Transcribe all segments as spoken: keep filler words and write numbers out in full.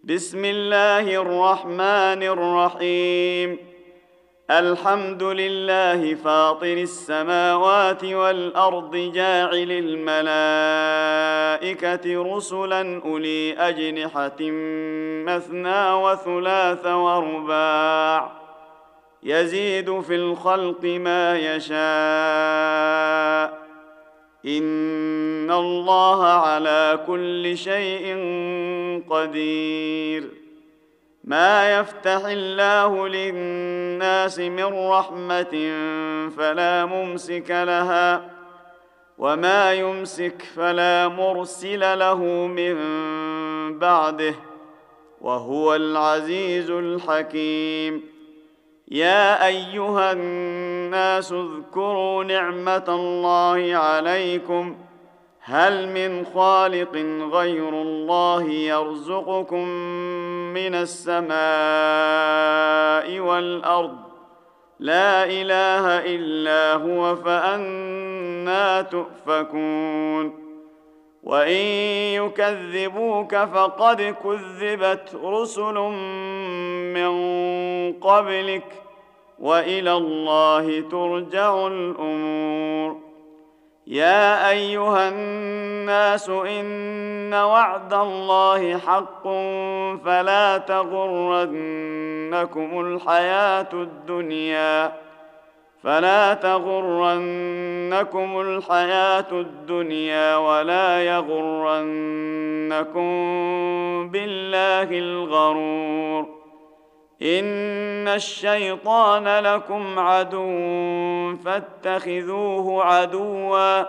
بسم الله الرحمن الرحيم. الحمد لله فاطر السماوات والأرض جاعل الملائكة رسلا أولي أجنحة مثنى وثلاث ورباع يزيد في الخلق ما يشاء إن الله على كل شيء قدير. ما يفتح الله للناس من رحمة فلا ممسك لها وما يمسك فلا مرسل له من بعده وهو العزيز الحكيم. يا أيها الناس اذكروا نعمة الله عليكم هل من خالق غير الله يرزقكم من السماء والأرض لا إله إلا هو فأنى تؤفكون. وإن يكذبوك فقد كذبت رسل من قبلك وإلى الله ترجع الأمور. يا أيها الناس إن وعد الله حق فلا تغرنكم الحياة الدنيا فلا تغرنكم الحياة الدنيا ولا يغرنكم بالله الغرور. إن الشيطان لكم عدو فاتخذوه عدوا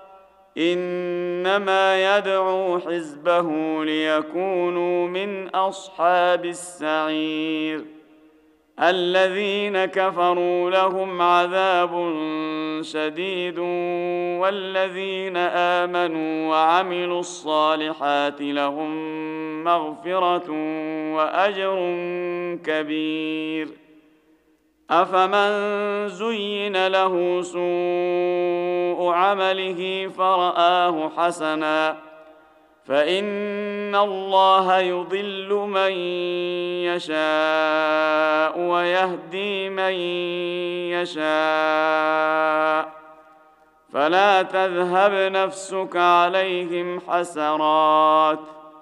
إنما يدعو حزبه ليكونوا من أصحاب السعير. الذين كفروا لهم عذاب شديد والذين آمنوا وعملوا الصالحات لهم مغفرة وأجر كبير. أفمن زين له سوء عمله فرآه حسنا فإن الله يضل من يشاء ويهدي من يشاء فلا تذهب نفسك عليهم حسرات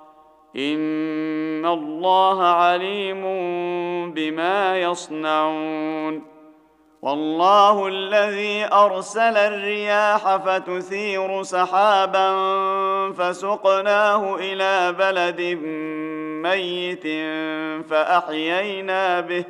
إن الله عليم بما يصنعون. والله الذي أرسل الرياح فتثير سحابا فسقناه إلى بلد ميت فأحيينا به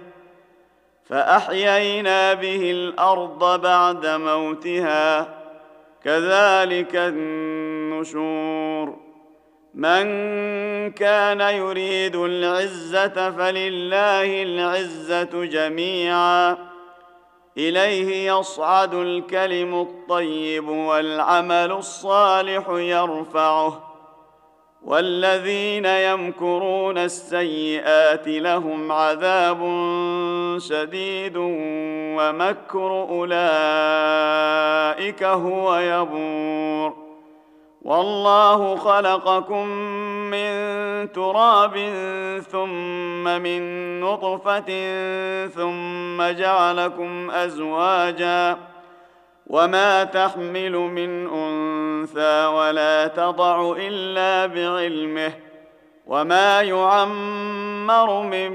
فأحيينا به الأرض بعد موتها كذلك النشور. من كان يريد العزة فلله العزة جميعا إليه يصعد الكلم الطيب والعمل الصالح يرفعه والذين يمكرون السيئات لهم عذاب شديد ومكر أولئك هو يبور. والله خلقكم من تراب ثم من نطفة ثم جعلكم أزواجا وما تحمل من أنثى ولا تضع إلا بعلمه وما يعمر من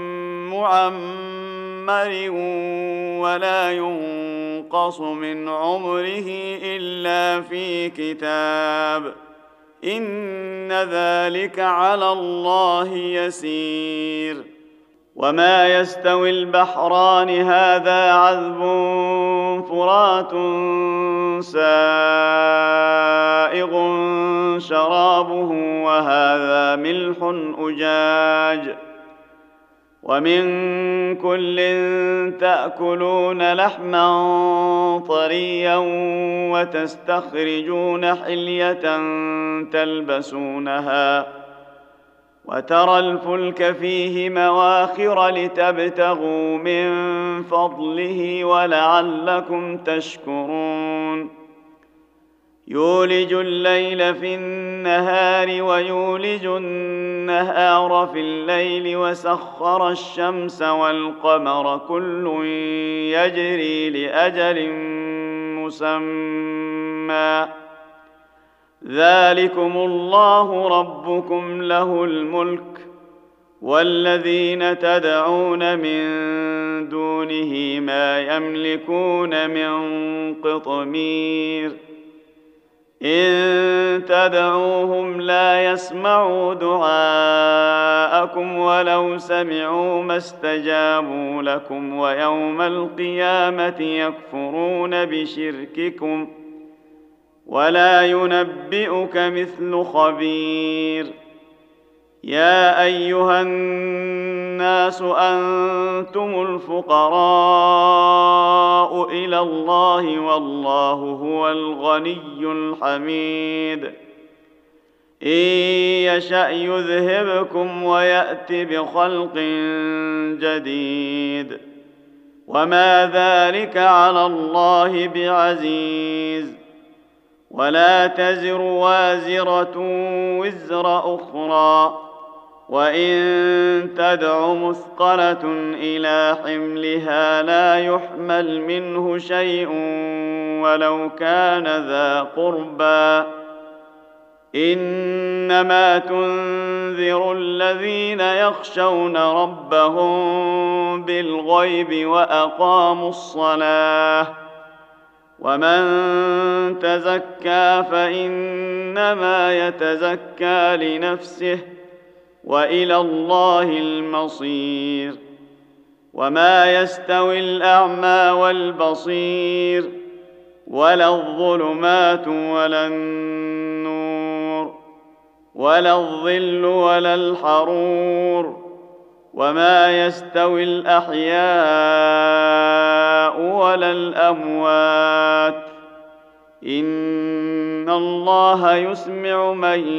معمر ولا ينقص من عمره إلا في كتاب إن ذلك على الله يسير. وما يستوي البحران هذا عذب فرات سائغ شرابه وهذا ملح أجاج ومن كل تأكلون لحما طريا وتستخرجون حلية تلبسونها وترى الفلك فيه مواخر لتبتغوا من فضله ولعلكم تشكرون. يولج الليل في النهار ويولج النهار في الليل وسخر الشمس والقمر كل يجري لأجل مسمى ذلكم الله ربكم له الملك والذين تدعون من دونه ما يملكون من قطمير إن تدعوهم لا يسمعوا دعاءكم ولو سمعوا ما استجابوا لكم ويوم القيامة يكفرون بشرككم ولا ينبئك مثل خبير يا أيها الناس أنتم الفقراء إلى الله والله هو الغني الحميد إن يشأ يذهبكم ويأت بخلق جديد وما ذلك على الله بعزيز ولا تزر وازرة وزر أخرى وإن تدع مثقلة إلى حملها لا يحمل منه شيء ولو كان ذا قربى إنما تنذر الذين يخشون ربهم بالغيب وأقاموا الصلاة ومن تزكى فإنما يتزكى لنفسه وإلى الله المصير وما يستوي الأعمى والبصير ولا الظلمات ولا النور ولا الظل ولا الحرور وما يستوي الأحياء ولا الأموات إن الله يسمع من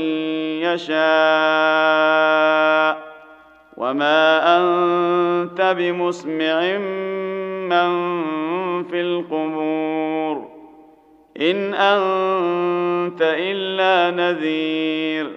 يشاء وما أنت بمسمع من في القبور إن أنت إلا نذير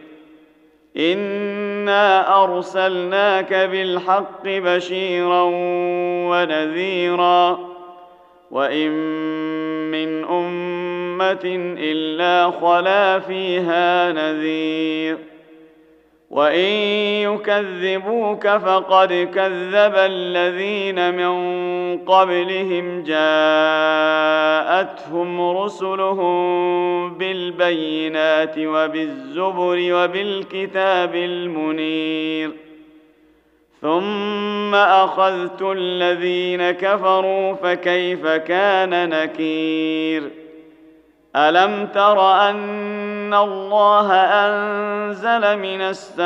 إنا أرسلناك بالحق بشيرا ونذيرا وإن من أمة إلا خلا فيها نذير وإن يكذبوك فقد كذب الذين من قبلهم جاءتهم رسلهم بالبينات وبالزبر وبالكتاب المنير ثم أخذت الذين كفروا فكيف كان نكير ألم تر أن الله أنزل من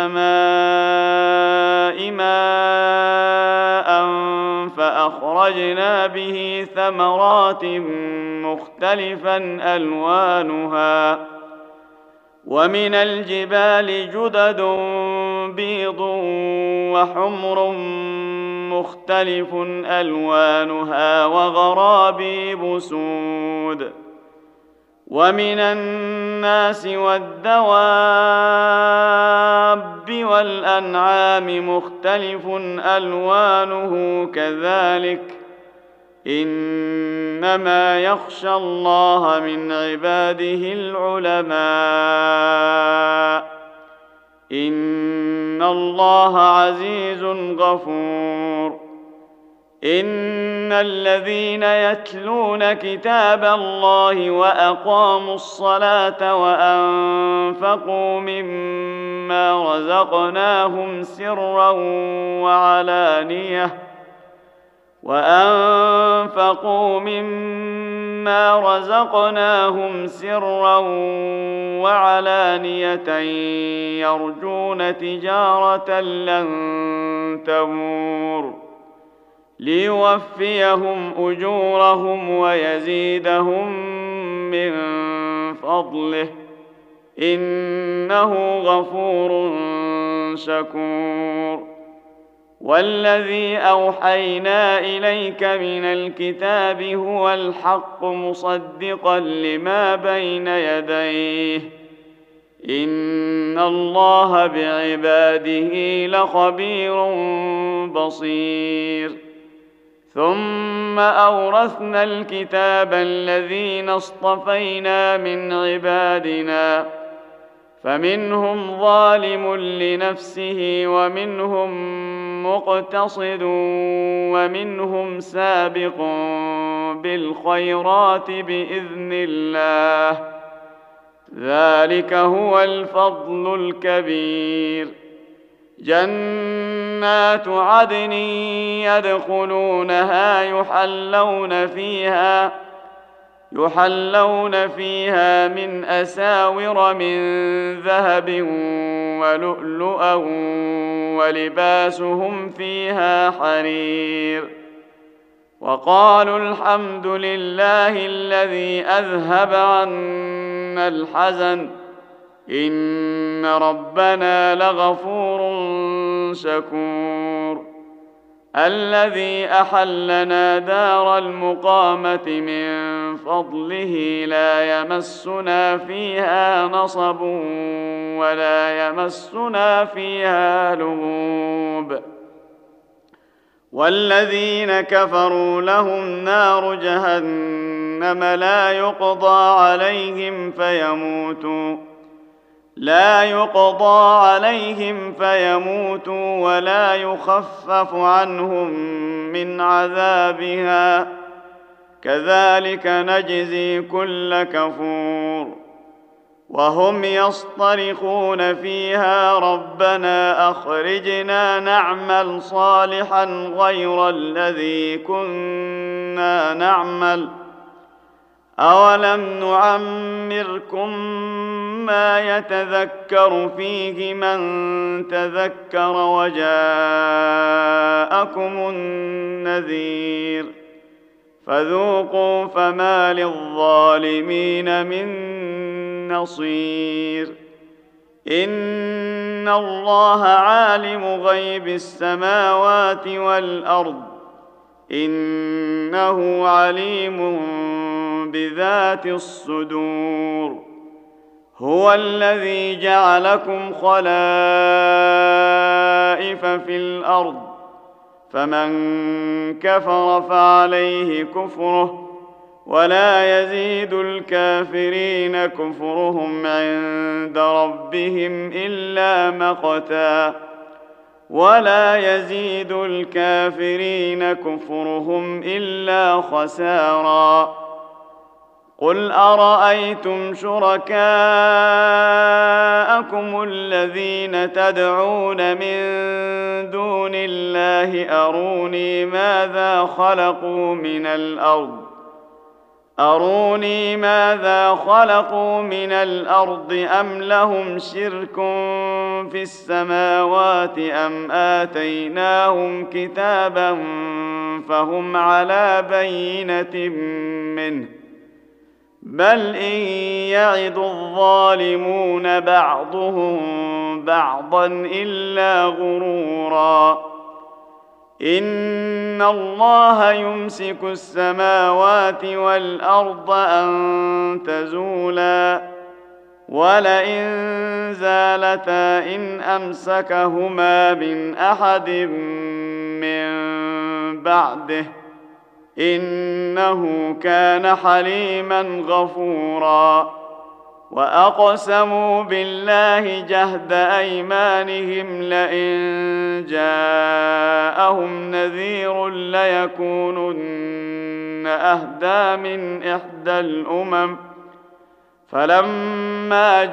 السماء ماء فأخرجنا به ثمرات مختلفا ألوانها ومن الجبال جدد بيض وحمر مختلف ألوانها وغرابيب سود ومن الناس والدواب والأنعام مختلف ألوانه كذلك إنما يخشى الله من عباده العلماء إن الله عزيز غفور إن الذين يتلون كتاب الله وأقاموا الصلاة وأنفقوا مما رزقناهم سرا وعلانية وأنفقوا مما رزقناهم سرا وعلانية يرجون تجارة لن تبور ليوفيهم أجورهم ويزيدهم من فضله إنه غفور شكور والذي أوحينا إليك من الكتاب هو الحق مصدقا لما بين يديه إن الله بعباده لخبير بصير. ثم أورثنا الكتاب الذين اصطفينا من عبادنا فمنهم ظالم لنفسه ومنهم مقتصد ومنهم سابق بالخيرات بإذن الله ذلك هو الفضل الكبير. جنات عدن يدخلونها يحلون فيها يحلون فيها من أساور من ذهب ولؤلؤا ولباسهم فيها حرير. وقالوا الحمد لله الذي أذهب عنا الحزن إن ربنا لغفور شكور. الذي أحلنا دار المقامة من فضله لا يمسنا فيها نصب ولا يمسنا فيها لغوب. والذين كفروا لهم نار جهنم لا يقضى عليهم فيموتوا لا يقضى عليهم فيموتوا ولا يخفف عنهم من عذابها كذلك نجزي كل كفور. وهم يصطرخون فيها ربنا أخرجنا نعمل صالحا غير الذي كنا نعمل أولم نعمركم ما يتذكر فيه من تذكر وجاءكم النذير فذوقوا فما للظالمين من نصير. إن الله عالم غيب السماوات والأرض إنه عليم بذات الصدور. هو الذي جعلكم خلائف في الأرض فمن كفر فعليه كفره ولا يزيد الكافرين كفرهم عند ربهم إلا مقتا ولا يزيد الكافرين كفرهم إلا خسارا. قل أرأيتم شركاءكم الذين تدعون من دون الله أروني ماذا خلقوا من الأرض أروني ماذا خلقوا من الأرض أم لهم شرك في السماوات أم آتيناهم كتابا فهم على بينة منه بل إن يعد الظالمون بعضهم بعضا إلا غرورا. إن الله يمسك السماوات والأرض أن تزولا ولئن زالتا إن أمسكهما من أحد من بعده إنه كان حليما غفورا. وأقسموا بالله جهد أيمانهم لئن جاءهم نذير ليكونن أهدى من إحدى الأمم فلما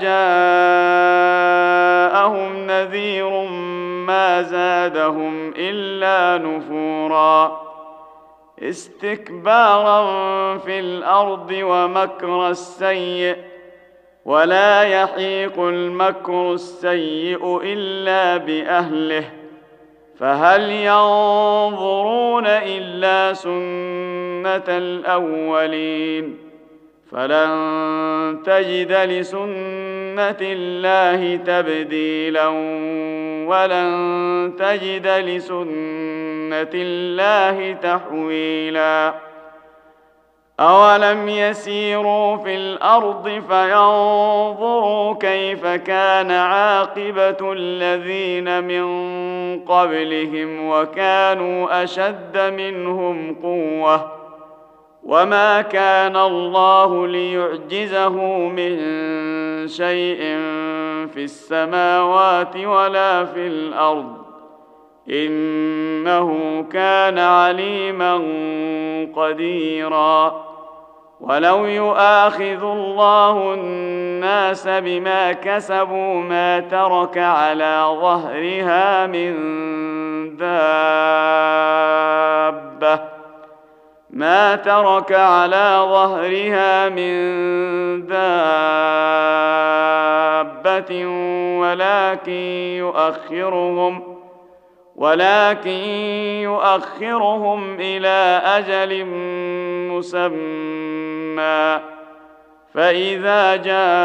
جاءهم نذير ما زادهم إلا نفورا استكبارا في الأرض ومكر السيء ولا يحيق المكر السيء إلا بأهله فهل ينظرون إلا سنة الأولين فلن تجد لسنة الله تبديلا ولن تجد لسنة الله تحويلا. أولم يسيروا في الأرض فينظروا كيف كان عاقبة الذين من قبلهم وكانوا أشد منهم قوة وما كان الله ليعجزه من شيء في السماوات ولا في الأرض إنه كان عليما قديرا. ولو يؤاخذ الله الناس بما كسبوا ما ترك على ظهرها من دابة ما ترك على ظهرها من دابة ولكن يؤخرهم ولكن يؤخرهم إلى أجل مسمى فإذا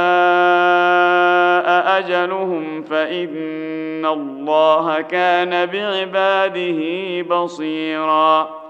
جاء أجلهم فإن الله كان بعباده بصيراً.